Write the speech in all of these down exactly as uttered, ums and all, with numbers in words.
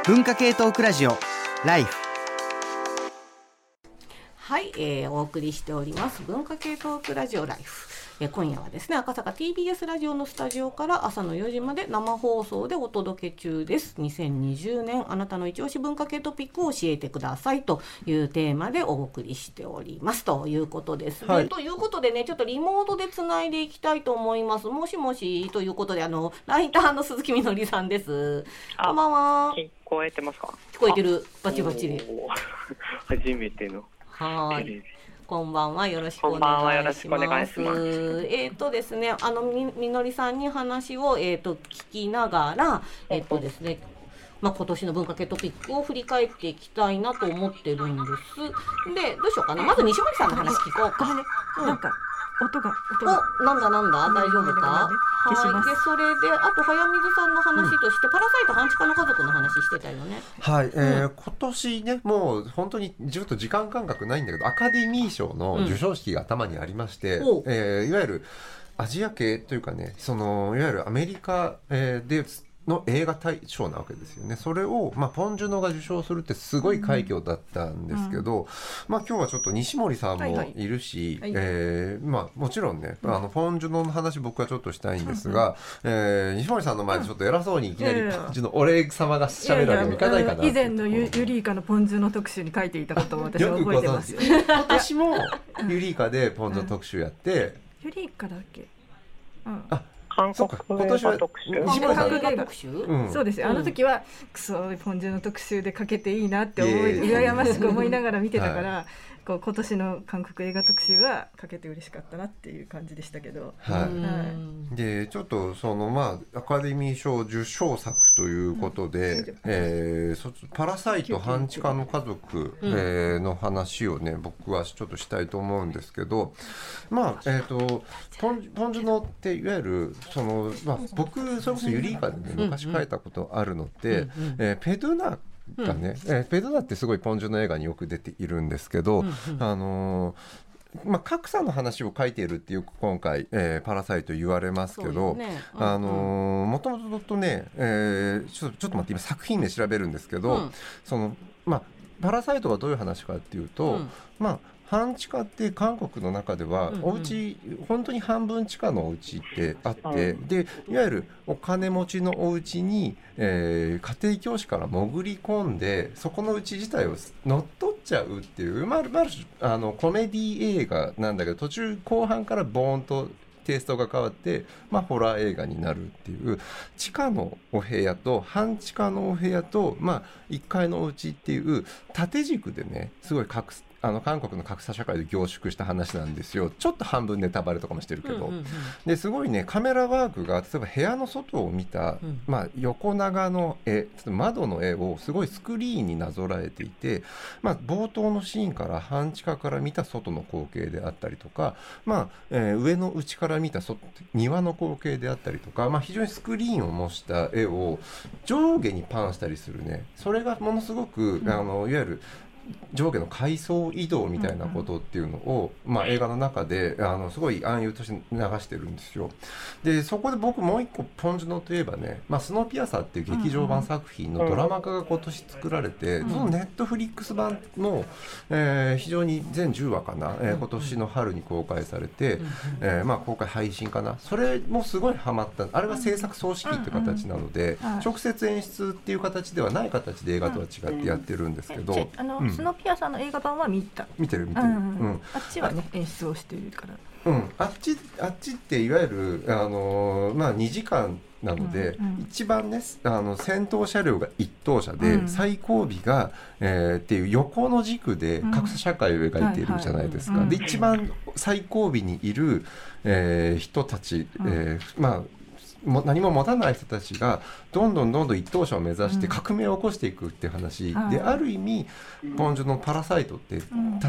文化系トークラジオライフ。 はい、えー、お送りしております文化系トークラジオライフ、えー、今夜はですね赤坂 ティービーエス ラジオのスタジオから朝のよじまで生放送でお届け中です。にせんにじゅうねんあなたの一押し文化系トピックを教えてくださいというテーマでお送りしておりますということですね、はい、ということでねちょっとリモートでつないでいきたいと思います。もしもしということであのライターの鈴木みのりさんです。こんばんは。 聞こえてますか？ 聞こえてる。バチバチで初めてのはい、こんばんは、よろしくお願いします。えっ、ー、とですね、あの み, みのりさんに話を、えー、と聞きながら、えっ、ー、とですね、まあ、今年の文化系トピックを振り返っていきたいなと思ってるんです。で、どうしようかな。まず西森さんの話聞こうか。 ね、うん、なんか音が音がお、なんだなんだ、大丈夫か？ 消します。 はい、でそれであと早水さんの話として、うん、パラサイト半地下の家族の話してたよね。 はい、えーうん、今年ねもう本当にちょっと時間感覚ないんだけどアカデミー賞の授賞式が頭にありまして、うん、えー、いわゆるアジア系というかねそのいわゆるアメリカ、えー、での映画大賞なわけですよね。それを、まあ、ポン・ジュノが受賞するってすごい快挙だったんですけど、うんまあ、今日はちょっと西森さんもいるし、はいはいえーまあ、もちろんね、うん、あのポン・ジュノの話僕はちょっとしたいんですが、うんえー、西森さんの前でちょっと偉そうにいきなりポン・ジュノお礼様がしゃべるわけにいかないかな。 以前の ユ, ユリイカのポン・ジュノ特集に書いていたことを私は覚えてます。 今年もユリイカでポン・ジュノ特集やって、 うん、ユリイカだっけ、うん、 あ韓国映画特集。 韓国映画特集、 うん、そうですよ。あの時はクソポンジュの特集でかけていいなって思い羨ましく思いながら見てたから、はい、こう今年の韓国映画特集はかけて嬉しかったなっていう感じでしたけど、 はいはい、でちょっとそのまあアカデミー賞受賞作ということで、うんえー、パラサイト半地下の家族、うんえー、の話をね僕はちょっとしたいと思うんですけど、まあえっ、ー、とポン、ポンジュノっていわゆるその、まあ、僕それこそユリイカでね昔書いたことあるのって、うんうんえー、ペドゥナがね、うんえー、ペドゥナってすごいポンジュノ映画によく出ているんですけど、うんうんあのーまあ、格差の話を書いているっていう今回、えー、パラサイト言われますけど、ねうんうん、あのー、もともとね、えー、ちょっと、ちょっと待って今作品名調べるんですけど、うん、そのまあパラサイトがどういう話かっていうと、うん、まあ半地下って韓国の中ではお家、うんうん、本当に半分地下のお家ってあって、うん、でいわゆるお金持ちのお家に、えー、家庭教師から潜り込んでそこの家自体を乗っ取っちゃうっていうまるまるあのコメディ映画なんだけど途中後半からボーンとテイストが変わって、まあ、ホラー映画になるっていう地下のお部屋と半地下のお部屋と、まあ、いっかいのお家っていう縦軸でねすごい格あの韓国の格差社会で凝縮した話なんですよ。ちょっと半分ネタバレとかもしてるけど、うんうんうん、ですごいねカメラワークが例えば部屋の外を見た、うんまあ、横長の絵窓の絵をすごいスクリーンになぞらえていて、まあ、冒頭のシーンから半地下から見た外の光景であったりとか、まあえー、上の内から見た庭の光景であったりとか、まあ、非常にスクリーンを模した絵を上下にパンしたりするねそれがものすごく、うん、あのいわゆる上下の階層移動みたいなことっていうのを、うんうんまあ、映画の中であのすごい暗喩として流してるんですよ。でそこで僕もう一個ポンジュノといえばね、まあ、スノーピアサーっていう劇場版作品のドラマ化が今年作られて、うんうん、そのネットフリックス版の、えー、非常に全じゅうわかな、えー、今年の春に公開されて、うんうんえーまあ、公開配信かなそれもすごいハマったあれは制作総指揮っていう形なので、うんうん、直接演出っていう形ではない形で映画とは違ってやってるんですけど、うんあのうんスノーピアサーの映画版は見た見てる見てる、うんうん、あっちはね演出をしているからうん、あっちあっちっていわゆる、あのーまあ、にじかんなので、うんうん、一番ねあの先頭車両が一等車で、うん、最後尾が、えー、っていう横の軸で格差社会を描いているじゃないですか、うんはいはい、で一番最後尾にいる、えー、人たち、うんえー、まあも何も持たない人たちがどんどんどんどん一等車を目指して革命を起こしていくっていう話、うん、である意味ポンジュのパラサイトって、うん、た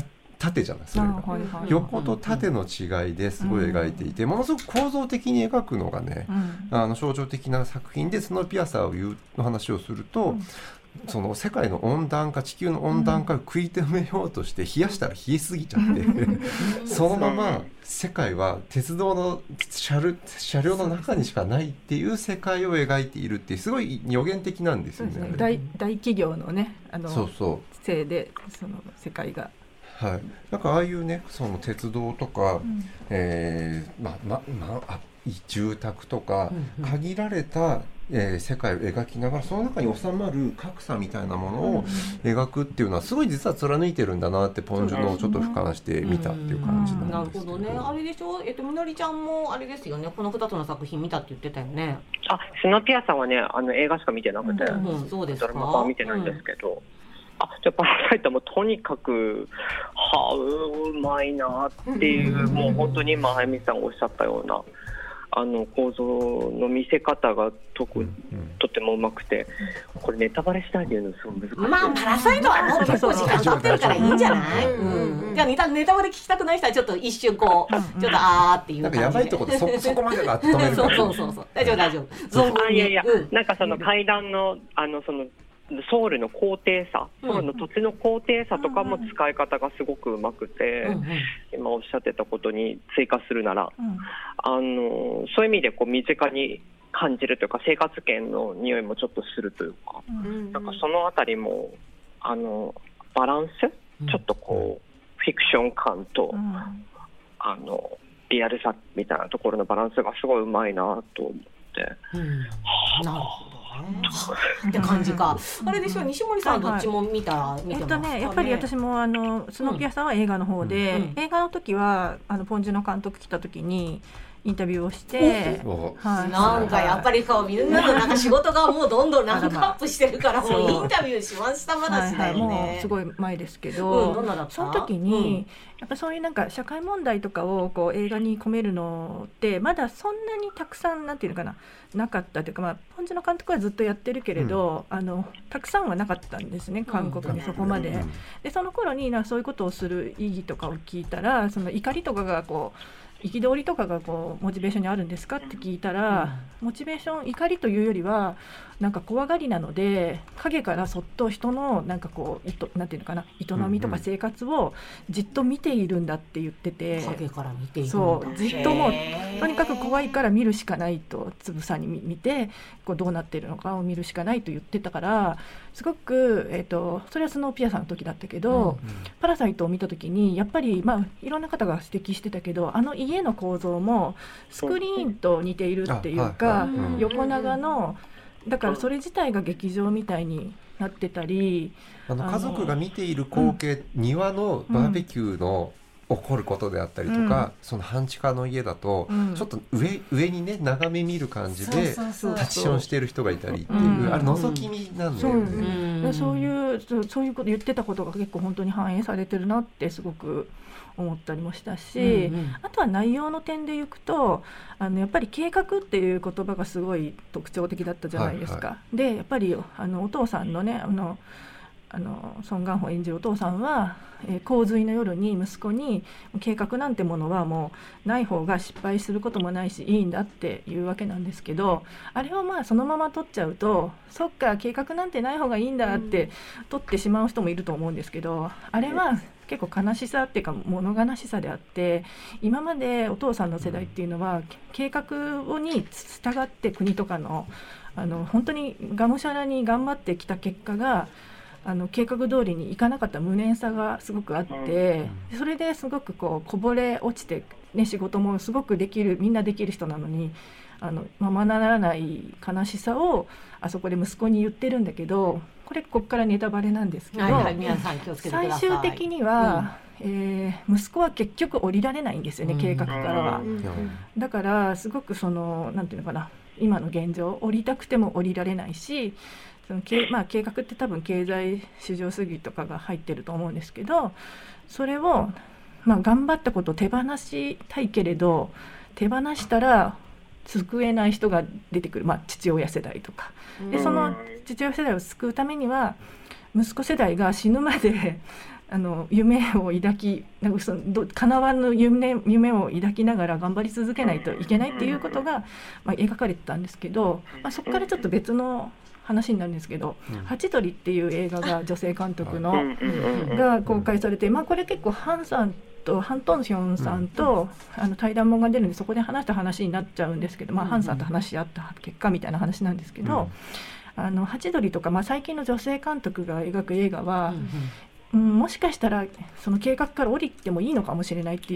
縦じゃないそれが、 はいはい、 横と縦の違いですごい描いていて、ものすごく構造的に描くのがね、うん、あの象徴的な作品で、スノーピアサーの話をすると、うん、その世界の温暖化、地球の温暖化を食い止めようとして冷やしたら冷えすぎちゃってそのまま世界は鉄道の車両、車両の中にしかないっていう世界を描いているっていう、すごい予言的なんですよね。 ね、大, 大企業のね、あのそうそうせいでその世界が、 はい、なんかああいうね、その鉄道とか、うん、えー、まままあ住宅とか、うんうん、限られた、えー、世界を描きながら、その中に収まる格差みたいなものを描くっていうのはすごい実は貫いてるんだなって、ポン・ジュノをちょっと俯瞰してみたっていう感じなんですけど、 うんうん、なるほどね。あれでしょ、えっと、みのりちゃんもあれですよね、このふたつの作品見たって言ってたよね。 あ、スノーピアさんはね、あの映画しか見てなくて、 うんうん、そうですか。 ドラマは見てないんですけど、うん、あ、じゃあパラサイトもとにかくはう、うまいなっていう、もう本当に今あやみさんがおっしゃったようなあの構造の見せ方がとく、うん、とてもうまくて、これネタバレしないで言うのすごい難しい。 まあパラサイトはもう結構時間経ってるからいいんじゃない？うんうん、じゃあネタ、ネタバレ聞きたくない人はちょっと一瞬こう、うん、ちょっとあーっていう感じで、 なんかやばいとこで そ, そこまでが止めるそうそうそうそう、大丈夫大丈夫。 あ、いやいや、うん、なんかその階段のあのそのソウルの高低差、ソウルの土地の高低差とかも使い方がすごくうまくて、うんうん、今おっしゃってたことに追加するなら、うん、あのそういう意味でこう身近に感じるというか、生活圏の匂いもちょっとするというか、うん、なんかそのあたりもあのバランス、うん、ちょっとこうフィクション感と、うん、あのリアルさみたいなところのバランスがすごいうまいなと思って、うん、 なるほどって感じか。あれでしょ、西森さんどっちも見た、はいはい、見てますかね。 えっとね、やっぱり私もあのスノーピアさんは映画の方で、うんうん、映画の時はあのポン・ジュノ監督来た時にインタビューをして、 はい、なんかやっぱりこうみんなのなんか仕事がもうどんどんランクアップしてるからもうインタビューしました話だよね、はいはい、 もうすごい前ですけど、 うん、 その時に、うん、やっぱそういうなんか社会問題とかをこう映画に込めるのってまだそんなにたくさんなんていうのかななかったというか、まあ、ポン・ジュノ監督はずっとやってるけれど、うん、あのたくさんはなかったんですね、韓国にそこまで、うん、でその頃になそういうことをする意義とかを聞いたら、その怒りとかがこう憤りとかがこうモチベーションにあるんですかって聞いたら、うん、モチベーション、怒りというよりはなんか怖がりなので、影からそっと人のなんかこういとなんていうのかな、営みとか生活をじっと見ているんだって言ってて、 うんうん、影から見ているんだ、 そうじっともうとにかく怖いから見るしかないと、つぶさに見てこうどうなっているのかを見るしかないと言ってたから、すごく、えーと、それはスノーピアさんの時だったけど、うんうん、パラサイトを見た時にやっぱり、まあ、いろんな方が指摘してたけど、あの家の構造もスクリーンと似ているっていうか、横長のだからそれ自体が劇場みたいになってたり、 あの家族が見ている光景、うん、庭のバーベキューの起こることであったりとか、うん、その半地下の家だと、うん、ちょっと 上, 上にね眺め見る感じでタッチションしてる人がいたりっていう、うん、あれ覗き見なんだよね、 うん、そういうそういうこと言ってたことが結構本当に反映されてるなってすごく思ったりもしたし、うんうん、あとは内容の点でいくと、あのやっぱり計画っていう言葉がすごい特徴的だったじゃないですか、はいはい、でやっぱりあのお父さんのね、あのあのソン・ガンホ演じるお父さんは、えー、洪水の夜に息子に計画なんてものはもうない方が失敗することもないしいいんだっていうわけなんですけど、あれをまあそのまま取っちゃうと、そっか計画なんてない方がいいんだって取ってしまう人もいると思うんですけど、あれは結構悲しさっていうか物悲しさであって、今までお父さんの世代っていうのは計画に従って国とかのあの本当にがむしゃらに頑張ってきた結果があの計画通りにいかなかった無念さがすごくあって、それですごくこうこぼれ落ちて、ね、仕事もすごくできる、みんなできる人なのにあのままならない悲しさをあそこで息子に言ってるんだけど、これここからネタバレなんですけど、はいはい、皆さん気をつけてください。最終的には、うんえー、息子は結局降りられないんですよね、計画からは、うん、だからすごくそのなんていうのかな、今の現状降りたくても降りられないし、そのけ、まあ、計画って多分経済市場主義とかが入ってると思うんですけど、それを、まあ、頑張ったことを手放したいけれど手放したら救えない人が出てくる、まあ、父親世代とかで、その父親世代を救うためには息子世代が死ぬまであの夢を抱きなんかそのど叶わぬ 夢, 夢を抱きながら頑張り続けないといけないっていうことが、まあ、描かれてたんですけど、まあ、そこからちょっと別の話になるんですけど、うん、ハチドリっていう映画が女性監督のが公開されて、まあ、これ結構ハンさんとハントンヒョンさんと、うん、あの対談本が出るんでそこで話した話になっちゃうんですけど、まあ、ハンさんと話し合った結果みたいな話なんですけど、うん、あのハチドリとか、まあ、最近の女性監督が描く映画は、うんうん、もしかしたらその計画から降りてもいいのかもしれないっていう、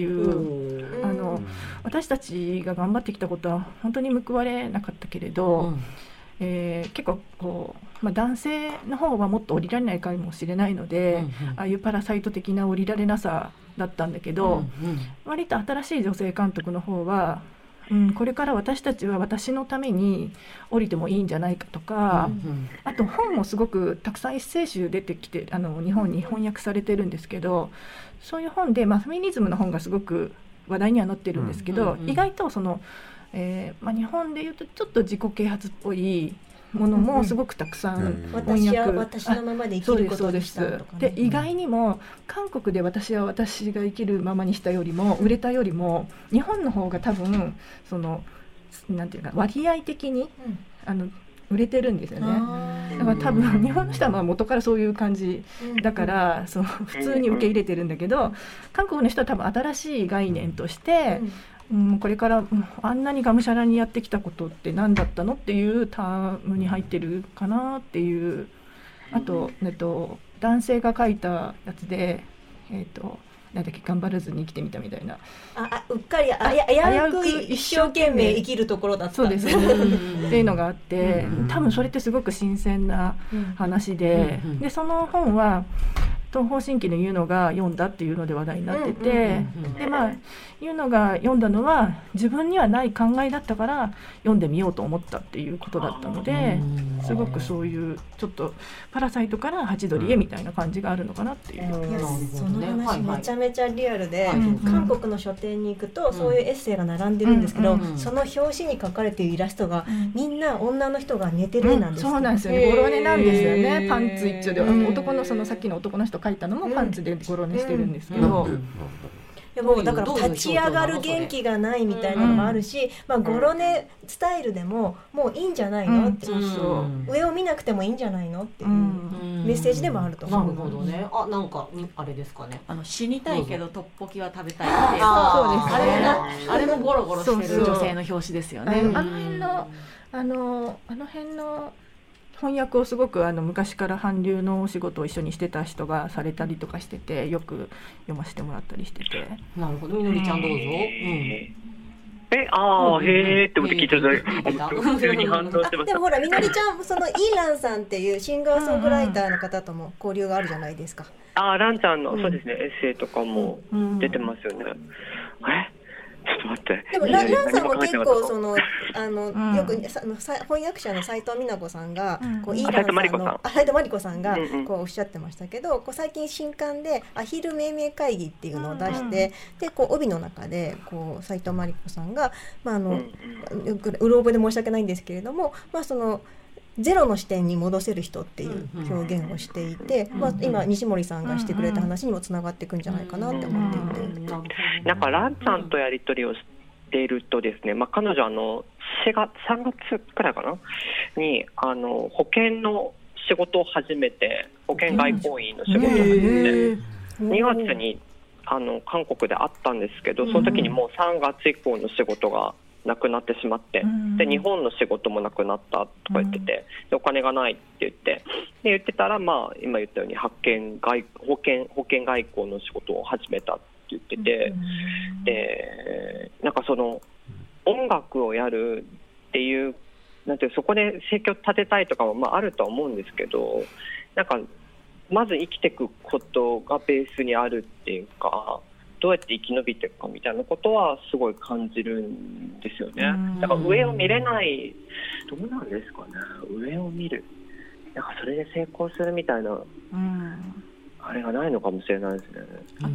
あの私たちが頑張ってきたことは本当に報われなかったけれど、うんえー、結構こう、まあ、男性の方はもっと降りられないかもしれないので、うんうん、ああいうパラサイト的な降りられなさだったんだけど、うんうん、割と新しい女性監督の方は、うん、これから私たちは私のために降りてもいいんじゃないかとか、うんうん、あと本もすごくたくさんエッセイ集出てきてあの日本に翻訳されてるんですけど、そういう本で、まあ、フェミニズムの本がすごく話題には載ってるんですけど、うんうんうん、意外とそのえーまあ、日本でいうとちょっと自己啓発っぽいものもすごくたくさん翻訳、 私は私のままで生きることにしたとか、ね、 で意外にも韓国で私は私が生きるままにしたよりも売れたよりも日本の方が多分そのなんていうか割合的に、うん、あの売れてるんですよね。だから多分日本の人はまあ元からそういう感じだからその普通に受け入れてるんだけど、韓国の人は多分新しい概念として、うん、これから、うん、あんなにがむしゃらにやってきたことって何だったのっていうタームに入ってるかなっていう。あと、えっと、男性が書いたやつで、えっとなんだっけ頑張らずに生きてみたみたいな、 ああうっかりあや危うく一生懸命生きるところだったそうですねっていうのがあって、多分それってすごく新鮮な話で、でその本は東方神起のユノが読んだっていうので話題になってて、でまあユノが読んだのは自分にはない考えだったから読んでみようと思ったっていうことだったので、すごくそういうちょっとパラサイトからハチドリへみたいな感じがあるのかなっていう、 いやその話めちゃめちゃリアルで、はいはい、韓国の書店に行くとそういうエッセイが並んでるんですけど、うんうん、その表紙に描かれているイラストが、うん、みんな女の人が寝てる絵なんです、 うん、そうなんですよね。ゴロ寝なんですよね。パンツ一丁で、男のそのさっきの男の人描いたのもパンツでゴロ寝してるんですけど、うんうんうん、 でもだから立ち上がる元気がないみたいなのもあるし、うんまあ、ゴロ寝スタイルでももういいんじゃないのって、うん、そうそう上を見なくてもいいんじゃないのっていうメッセージでもあると思う、 うん、なるほどね。あ、なんかあれですかね、あの死にたいけどトッポギは食べたいって、 あそうですね、 あれもあれもゴロゴロしてる女性の表紙ですよね。 そうそう、あの辺のあのあの辺の翻訳をすごくあの昔から韓流のお仕事を一緒にしてた人がされたりとかしてて、よく読ませてもらったりしてて。 なるほど、みのりちゃんどうぞ。うん、 えあー、へーって思って聞いてた。普通に反応してました。 でもほらみのりちゃんそのイーランさんっていうシンガーソングライターの方とも交流があるじゃないですか。 あー、ランちゃんの、うん、そうですね、エッセイとかも出てますよね。うん、えちょっと待って。 でもランさんも結構そのあの、うん、よくさ翻訳者の斉藤美奈子さんが、うん、こうイーランさんの斉藤真理子さんがこうおっしゃってましたけど、こう最近新刊でアヒル命名会議っていうのを出して、うん、でこう帯の中でこう斉藤真理子さんが、まああのよくうろ覚えで申し訳ないんですけれども、まあそのゼロの視点に戻せる人っていう表現をしていて、まあ、今西森さんがしてくれた話にもつながっていくんじゃないかなって思っていて、 なんかランちゃんとやり取りをしているとですね、まあ、彼女あのしがつさんがつくらいかなにあの保険の仕事を始めて、保険外交員の仕事を始めてにがつにあの韓国で会ったんですけど、その時にもうさんがつ以降の仕事がなくなってしまって、で日本の仕事もなくなったとか言ってて、でお金がないって言ってで言ってたら、まあ、今言ったように発見外保険保険外交の仕事を始めたって言ってて、でなんかその音楽をやるっていうなんていうそこで生計を立てたいとかも、まあ、あるとは思うんですけど、なんかまず生きていくことがベースにあるっていうか、どうやって生き延びていくかみたいなことはすごい感じるんですよね。だから上を見れない、どうなんですかね、上を見る、なんかそれで成功するみたいな、うん、あれがないのかもしれないですね。 あ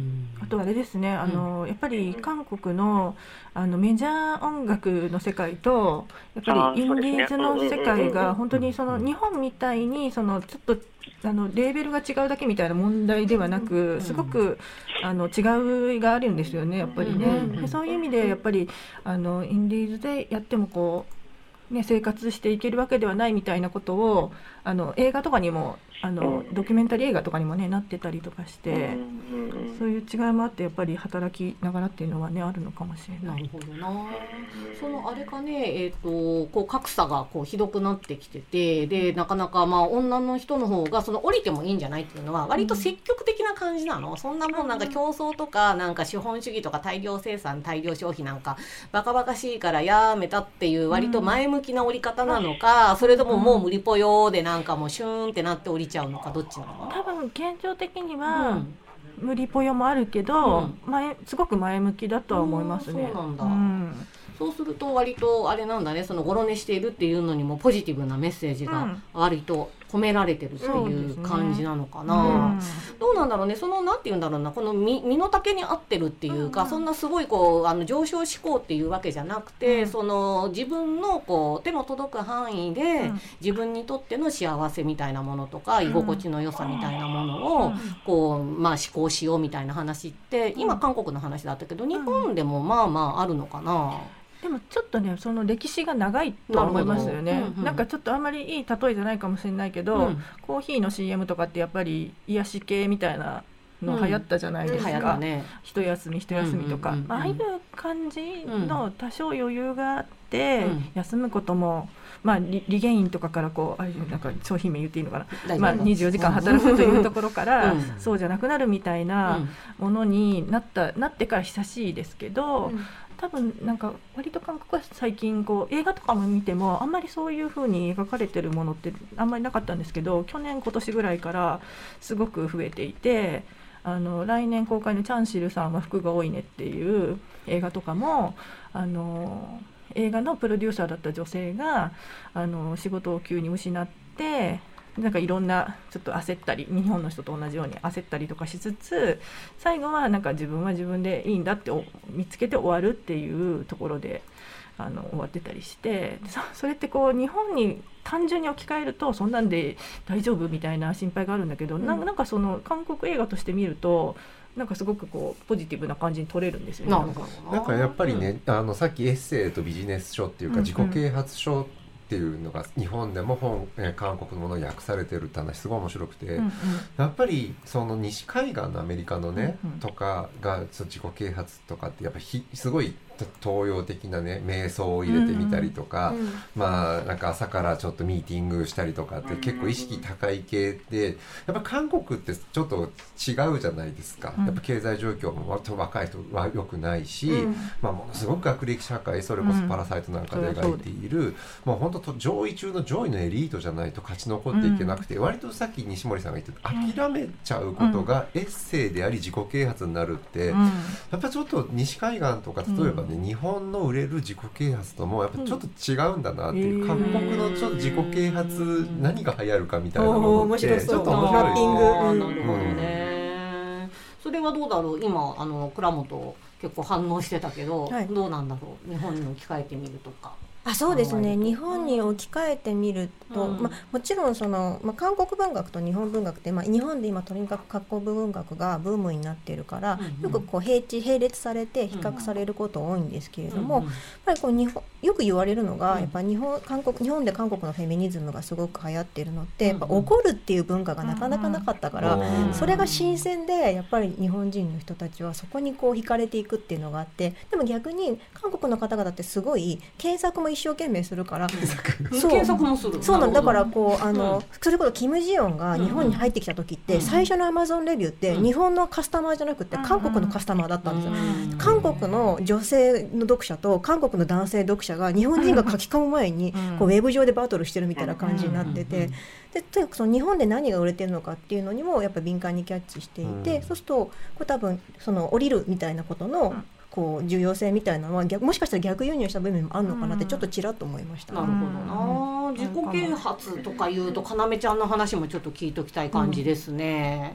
とあれですね、あのやっぱり韓国のあのメジャー音楽の世界とやっぱりインディーズの世界が本当にその日本みたいにそのちょっとあのレーベルが違うだけみたいな問題ではなく、すごくあの違いがあるんですよね、やっぱりね。でそういう意味でやっぱりあのインディーズでやってもこう、ね、生活していけるわけではないみたいなことをあの映画とかにもあのドキュメンタリー映画とかにもねなってたりとかして、そういう違いもあってやっぱり働きながらっていうのはねあるのかもしれない。 なるほどな。そのあれかね、えー、とこう格差がこうひどくなってきてて、でなかなかまあ女の人の方がその降りてもいいんじゃないっていうのは割と積極的な感じなの、うん、そんなもんなんか競争とかなんか資本主義とか大量生産大量消費なんかバカバカしいからやめたっていう割と前向きな降り方なのか、それとももう無理ぽよでなんかもうシューンってなって降りちゃうのか、どっちなの？ 多分現状的には、うん、無理ぽよもあるけど、うん、前すごく前向きだとは思いますね。 そうなんだ、うん、そうすると割とあれなんだね、そのゴロ寝しているっていうのにもポジティブなメッセージが割と込められてるっていう感じなのかな、うんね、うん、どうなんだろうね、そのなんていうんだろうな、この 身, 身の丈に合ってるっていうか、うん、そんなすごいこうあの上昇志向っていうわけじゃなくて、うん、その自分のこう手の届く範囲で、うん、自分にとっての幸せみたいなものとか、うん、居心地の良さみたいなものを、うん、こうまあ思考しようみたいな話って今韓国の話だったけど、日本でもまあまああるのかな。 でもちょっとねその歴史が長いと思いますよね、うんうん、なんかちょっとあんまりいい例えじゃないかもしれないけど、うん、コーヒーの シーエム とかってやっぱり癒し系みたいなの流行ったじゃないですか、うんね、一休み一休みとか、うんうんうん、ああいう感じの多少余裕があって、うん、休むこともまあ、リ, リゲインとかからこうあなんか商品名言っていいのかな、まあ、にじゅうよじかん働くというところから、うん、そうじゃなくなるみたいなものになった、なってから久しいですけど、うん、多分なんか割と韓国は最近こう映画とかも見てもあんまりそういう風に描かれてるものってあんまりなかったんですけど、去年今年ぐらいからすごく増えていて、あの来年公開のチャンシルさんは服が多いねっていう映画とかもあの映画のプロデューサーだった女性があの仕事を急に失ってなんかいろんなちょっと焦ったり、日本の人と同じように焦ったりとかしつつ、最後はなんか自分は自分でいいんだって見つけて終わるっていうところであの終わってたりして、 そ, それってこう日本に単純に置き換えるとそんなんで大丈夫みたいな心配があるんだけど、うん、な, なんかその韓国映画として見るとなんかすごくこうポジティブな感じに撮れるんですよね。 なんか、なんかやっぱりね、うん、あのさっきエッセイとビジネス書っていうか、うんうん、自己啓発書っていうのが日本でも本、えー、韓国のものに訳されてるって話すごい面白くて、うんうん、やっぱりその西海岸のアメリカのね、うんうん、とかが自己啓発とかってやっぱりすごい東洋的なね瞑想を入れてみたりとか、うんうん、まあなんか朝からちょっとミーティングしたりとかって結構意識高い系で、やっぱ韓国ってちょっと違うじゃないですか、うん、やっぱ経済状況も割と若い人は良くないし、うん、まあものすごく学歴社会、それこそパラサイトなんかで描いている、うん、もう本当上位中の上位のエリートじゃないと勝ち残っていけなくて、うん、割とさっき西森さんが言ってた諦めちゃうことがエッセイであり自己啓発になるって、うん、やっぱちょっと西海岸とか例えばね、うん、日本の売れる自己啓発ともやっぱちょっと違うんだなっていう、うん、各国のちょっと自己啓発何が流行るかみたいなのってちょっと面白いですね。 なるほどね、うん、それはどうだろう、今あの倉本結構反応してたけど、はい、どうなんだろう、日本に置き換えてみるとか。 あ、そうですね、日本に置き換えてみると、うん、まあ、もちろんその、まあ、韓国文学と日本文学って、まあ、日本で今とにかく各国文学がブームになっているから、うんうん、よくこう並地並列されて比較されること多いんですけれども、うんうん、やっぱりこう日本よく言われるのが、うん、やっぱ日本、韓国、日本で韓国のフェミニズムがすごく流行っているのって、やっぱ怒るっていう文化がなかなかなかったから、うんうん、それが新鮮でやっぱり日本人の人たちはそこにこう惹かれていくっていうのがあって、でも逆に韓国の方々ってすごい検索も一生懸命するから、 そう検索もする。 そうなんだからこうあの、うん、それこそキム・ジヨンが日本に入ってきた時って、うん、最初のアマゾンレビューって、うん、日本のカスタマーじゃなくて韓国のカスタマーだったんですよ、うん、韓国の女性の読者と韓国の男性読者が日本人が書き込む前に、うん、こうウェブ上でバトルしてるみたいな感じになってて、でとにかくその日本で何が売れてるのかっていうのにもやっぱり敏感にキャッチしていて、うん、そうするとこれ多分その降りるみたいなことの、うんこう重要性みたいなのは逆もしかしたら逆輸入した部分もあるのかなってちょっとちらっと思いました、 うん、なるほどな、うん、自己啓発とかいうとかなめちゃんの話もちょっと聞いときたい感じですね、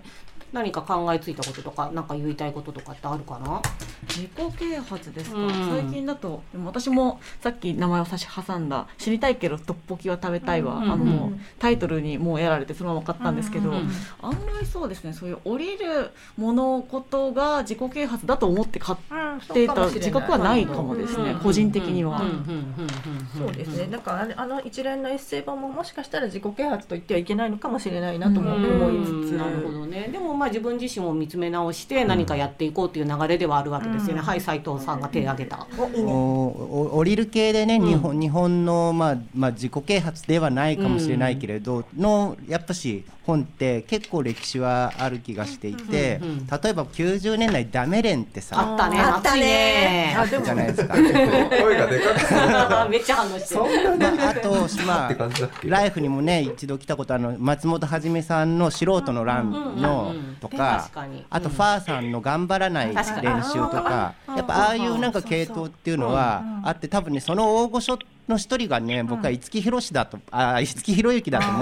何か考えついたこととか何か言いたいこととかってあるかな。 自己啓発ですか、うん、最近だとでも私もさっき名前を差し挟んだ知りたいけどトッポキは食べたいわ、うんうん、あのもうタイトルにもうやられてそのまま買ったんですけど、うんうん、案外そうですね、そういう降りる物事が自己啓発だと思って買っていた自覚はないかもですね、うん、個人的には。 そうですね、だからあの一連のエッセイ本ももしかしたら自己啓発と言ってはいけないのかもしれないなとも思いつつ、 なるほどね。でもまあ自分自身を見つめ直して何かやっていこうという流れではあるわけですよね、うん、はい、斉藤さんが手を挙げた、 うん、お降りる系でね、うん、日本、日本の、まあまあ、自己啓発ではないかもしれないけれど、うん、のやっぱし本って結構歴史はある気がしていて、うんうんうん、例えばきゅうじゅうねんだいダメレンってさあったね、あったねあじゃないですか声がでかくすめっちゃ反応してるまあ、あと、まあ、ライフにもね一度来たことあの松本はじめさんの素人の欄のとか、あとファーさんの頑張らない練習とか、やっぱああいうなんか系統っていうのはあって、多分ねその大御所の一人がね、僕は五木ひろしだと、あ、五木ひろゆきだと思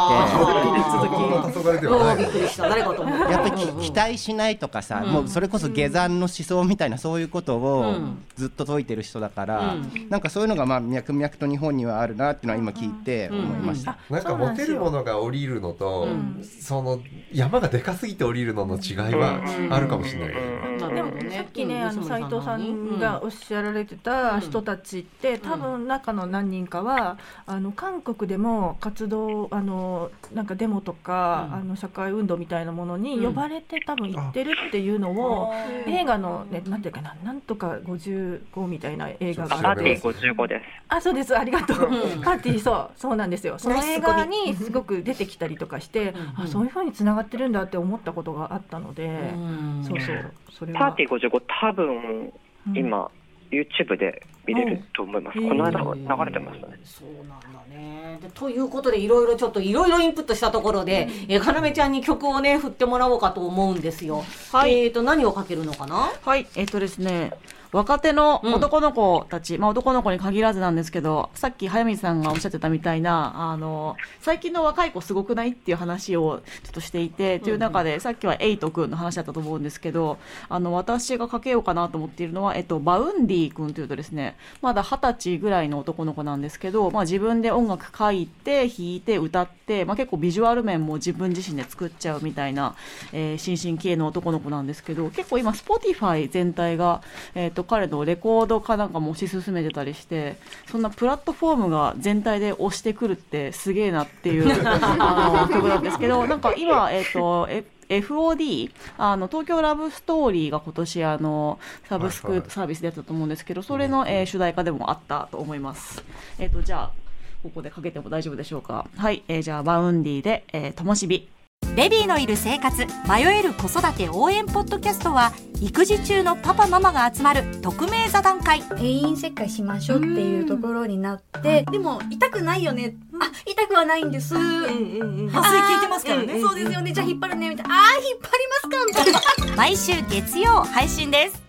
っていて、やっぱり期待しないとかさ、もうそれこそ下山の思想みたいなそういうことをずっと説いてる人だから、なんかそういうのがまあ脈々と日本にはあるなっていうのは今聞いて思いました。 なんか持てるものが降りるのと、その山がでかすぎて降りるのの違いはあるかもしれない。 でもさっきね、あの斉藤さんがおっしゃられてた人たちって多分中の何人かはあの韓国でも活動、あのなんかデモとか、うん、あの社会運動みたいなものに呼ばれて、うん、多分行ってるっていうのを、うん、映画の、ね、なんていうかな、なんとかごじゅうごみたいな映画がパーティーごじゅうごです。 あ、そうです、ありがとう、うん、パーティー、そうそうなんですよ。その映画にすごく出てきたりとかして、うん、あ、そういう風につながってるんだって思ったことがあったので、うん、そうそう、それはパーティーごじゅうご多分今、うん、YouTube で見れると思います、うん、この間流れてましたね、 えー、そうなんだね。でということでいろいろちょっといろいろインプットしたところで、うん、えかなめちゃんに曲をね振ってもらおうかと思うんですよ、はい、えーと何をかけるのかな。 はい、えーとですね若手の男の子たち、うん、まあ、男の子に限らずなんですけど、さっき早水さんがおっしゃってたみたいな、あの最近の若い子すごくないっていう話をちょっとしていて、うん、という中でさっきはエイト君の話だったと思うんですけど、あの私がかけようかなと思っているのは、えっと、バウンディ君というとですね、まだはたちぐらいの男の子なんですけど、まあ、自分で音楽書いて弾いて歌って、まあ、結構ビジュアル面も自分自身で作っちゃうみたいな、えー、新進気鋭の男の子なんですけど、結構今 Spotify 全体が、えーと彼のレコードかなんかも推し進めてたりして、そんなプラットフォームが全体で押してくるってすげえなっていうあの曲なんですけど、なんか今、えーとえエフオーディー あの東京ラブストーリーが今年あのサブスクサービスでやったと思うんですけど、それの、えー、主題歌でもあったと思います。えーとじゃあここでかけても大丈夫でしょうか。はい、えー、じゃあバウンディで、えー、ともしび。 ベビーのいる生活迷える子育て応援ポッドキャストは、育児中のパパママが集まる匿名座談会。 定員切開しましょうっていうところになって、でも痛くないよね、あ、痛くはないんです、うんうんうん、麻酔効いてますからね、そうですよね、じゃあ引っ張るねみたいな、あー引っ張りますかみたいな毎週月曜配信です。